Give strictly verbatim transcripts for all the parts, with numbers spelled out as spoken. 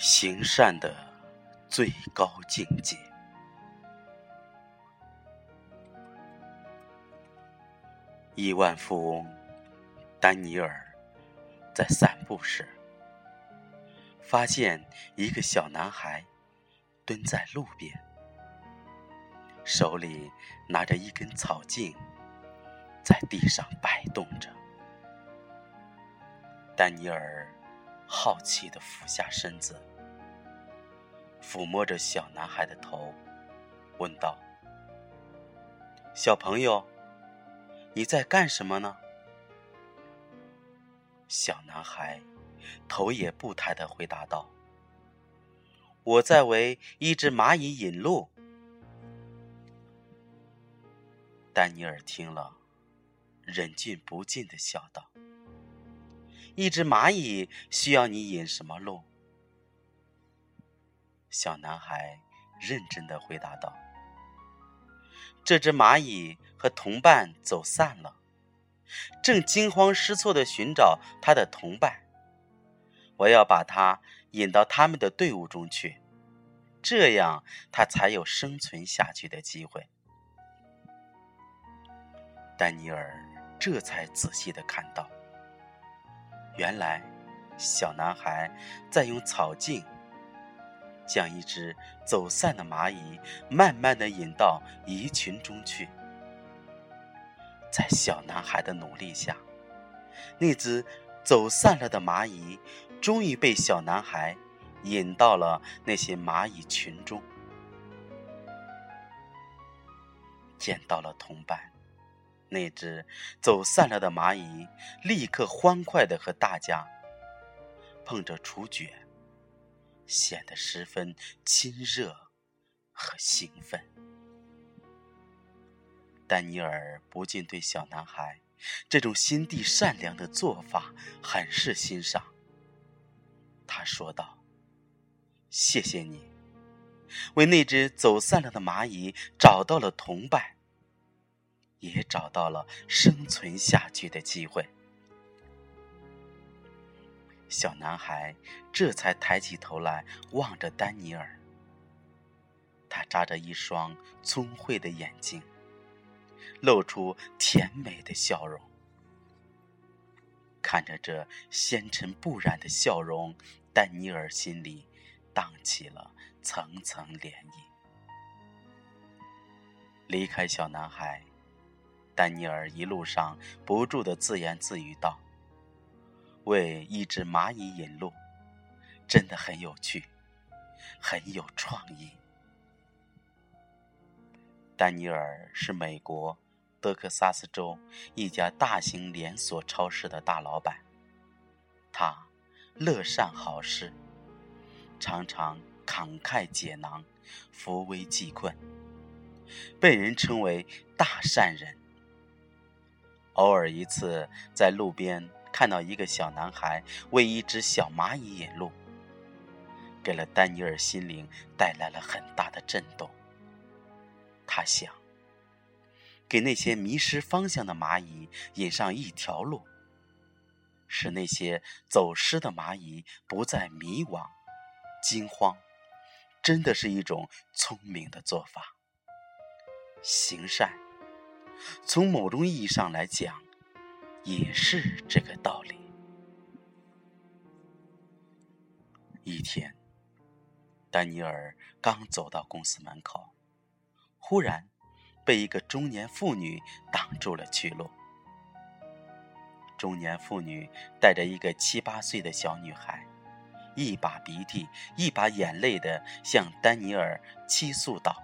行善的最高境界。亿万富翁丹尼尔在散步时，发现一个小男孩蹲在路边，手里拿着一根草茎，在地上摆动着。丹尼尔好奇地俯下身子，抚摸着小男孩的头，问道：小朋友，你在干什么呢？小男孩头也不抬地回答道：我在为一只蚂蚁引路。丹尼尔听了，忍俊不禁地笑道：一只蚂蚁需要你引什么路？小男孩认真地回答道：这只蚂蚁和同伴走散了，正惊慌失措地寻找他的同伴，我要把他引到他们的队伍中去，这样他才有生存下去的机会。丹尼尔这才仔细地看到，原来小男孩在用草茎将一只走散的蚂蚁慢慢地引到蚁群中去。在小男孩的努力下，那只走散了的蚂蚁终于被小男孩引到了那些蚂蚁群中。见到了同伴，那只走散了的蚂蚁立刻欢快地和大家碰着触角，显得十分亲热和兴奋。丹尼尔不禁对小男孩这种心地善良的做法很是欣赏。他说道：谢谢你，为那只走散了的蚂蚁找到了同伴，也找到了生存下去的机会。小男孩这才抬起头来望着丹尼尔，他眨着一双聪慧的眼睛，露出甜美的笑容。看着这纤尘不染的笑容，丹尼尔心里荡起了层层涟漪。离开小男孩，丹尼尔一路上不住地自言自语道：为一只蚂蚁引路，真的很有趣，很有创意。丹尼尔是美国德克萨斯州一家大型连锁超市的大老板，他乐善好施，常常慷慨解囊，扶危济困，被人称为大善人。偶尔一次在路边看到一个小男孩为一只小蚂蚁引路，给了丹尼尔心灵带来了很大的震动。他想，给那些迷失方向的蚂蚁引上一条路，使那些走失的蚂蚁不再迷惘惊慌，真的是一种聪明的做法。行善从某种意义上来讲也是这个道理。一天，丹尼尔刚走到公司门口，忽然被一个中年妇女挡住了去路。中年妇女带着一个七八岁的小女孩，一把鼻涕一把眼泪地向丹尼尔倾诉道：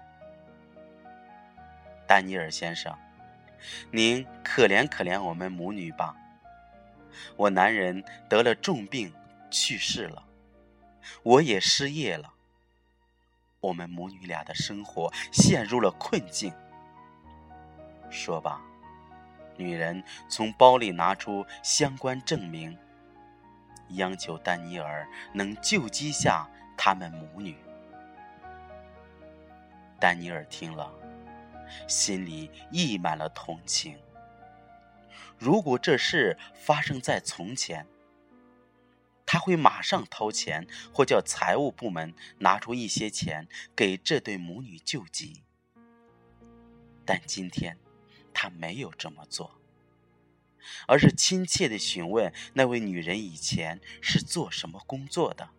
丹尼尔先生，您可怜可怜我们母女吧，我男人得了重病去世了，我也失业了，我们母女俩的生活陷入了困境。说吧，女人从包里拿出相关证明，央求丹尼尔能救济下他们母女。丹尼尔听了，心里溢满了同情。如果这事发生在从前， 他会马上掏钱，或叫财务部门拿出一些钱给这对母女救急。但今天他没有这么做，而是亲切地询问那位女人以前是做什么工作的。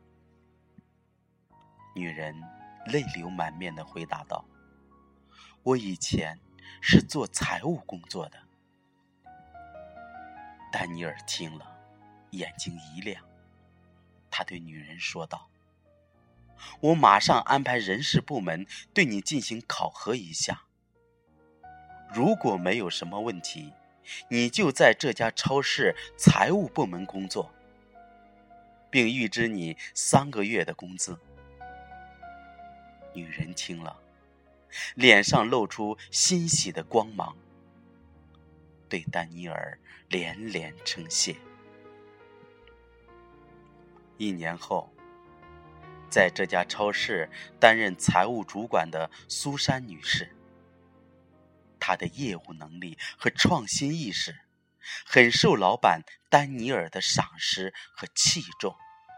女人泪流满面地回答道：我以前是做财务工作的。丹尼尔听了，眼睛一亮，他对女人说道：我马上安排人事部门对你进行考核一下，如果没有什么问题，你就在这家超市财务部门工作，并预支你三个月的工资。女人听了，脸上露出欣喜的光芒，对丹尼尔连连称谢。一年后，在这家超市担任财务主管的苏珊女士，她的业务能力和创新意识很受老板丹尼尔的赏识和器重。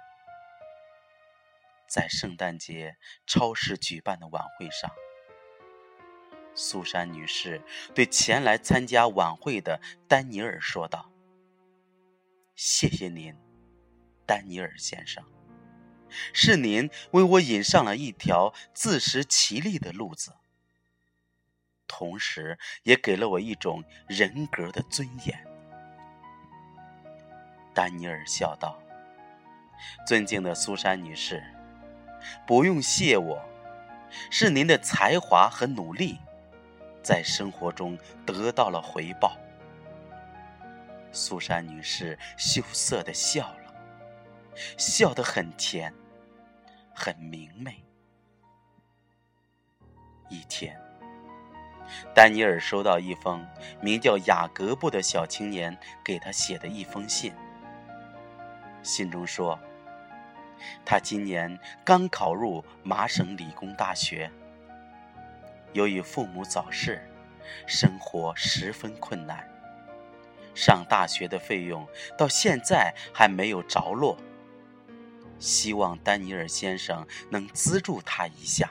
在圣诞节超市举办的晚会上，苏珊女士对前来参加晚会的丹尼尔说道：谢谢您，丹尼尔先生，是您为我引上了一条自食其力的路子，同时也给了我一种人格的尊严。丹尼尔笑道：尊敬的苏珊女士，不用谢我，是您的才华和努力在生活中得到了回报。苏珊女士羞涩地笑了，笑得很甜，很明媚。一天，丹尼尔收到一封名叫雅各布的小青年给他写的一封信，信中说，他今年刚考入麻省理工大学，由于父母早逝，生活十分困难，上大学的费用到现在还没有着落，希望丹尼尔先生能资助他一下。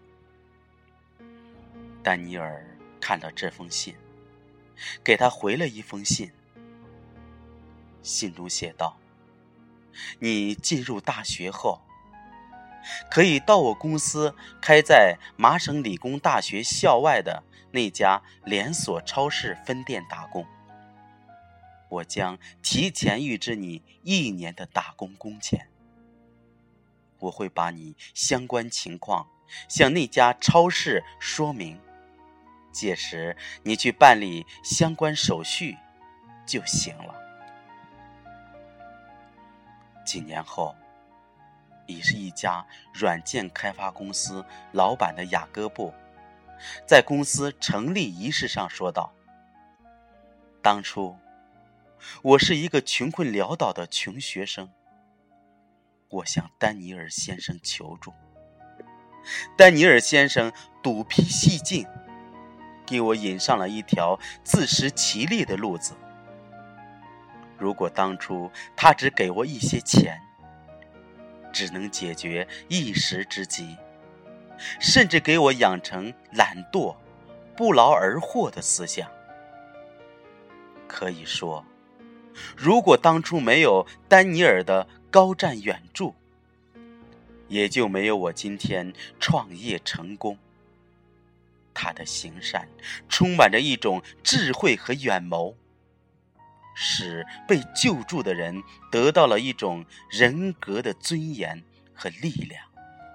丹尼尔看了这封信，给他回了一封信。信中写道：你进入大学后，可以到我公司开在麻省理工大学校外的那家连锁超市分店打工，我将提前预支你一年的打工工钱。我会把你相关情况向那家超市说明，届时你去办理相关手续就行了。几年后，已是一家软件开发公司老板的雅各布，在公司成立仪式上说道：当初我是一个穷困潦倒的穷学生，我向丹尼尔先生求助，丹尼尔先生笃皮细尽，给我引上了一条自食其力的路子。如果当初他只给我一些钱，只能解决一时之急，甚至给我养成懒惰、不劳而获的思想。可以说，如果当初没有丹尼尔的高瞻远瞩，也就没有我今天创业成功。他的行善充满着一种智慧和远谋，使被救助的人得到了一种人格的尊严和力量。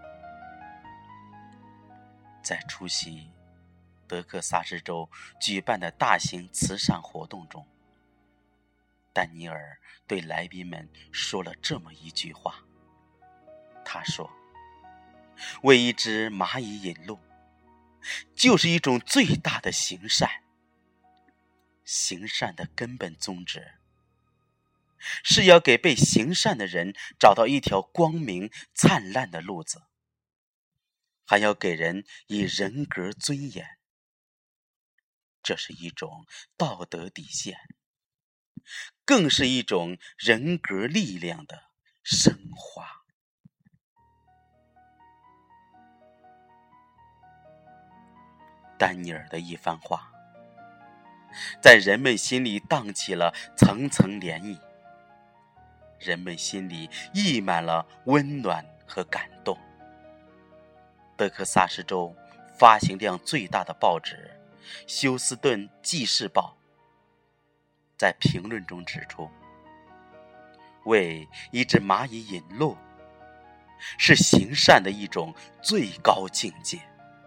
在出席德克萨斯州举办的大型慈善活动中，丹尼尔对来宾们说了这么一句话。他说：为一只蚂蚁引路，就是一种最大的行善。行善的根本宗旨，是要给被行善的人找到一条光明灿烂的路子，还要给人以人格尊严。这是一种道德底线，更是一种人格力量的升华。丹尼尔的一番话，在人们心里荡起了层层涟漪，人们心里溢满了温暖和感动。德克萨斯州发行量最大的报纸《休斯顿纪事报》在评论中指出，为一只蚂蚁引路是行善的一种最高境界。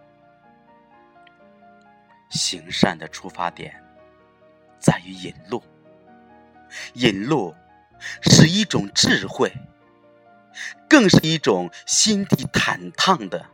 行善的出发点在于引路，引路是一种智慧，更是一种心地坦荡的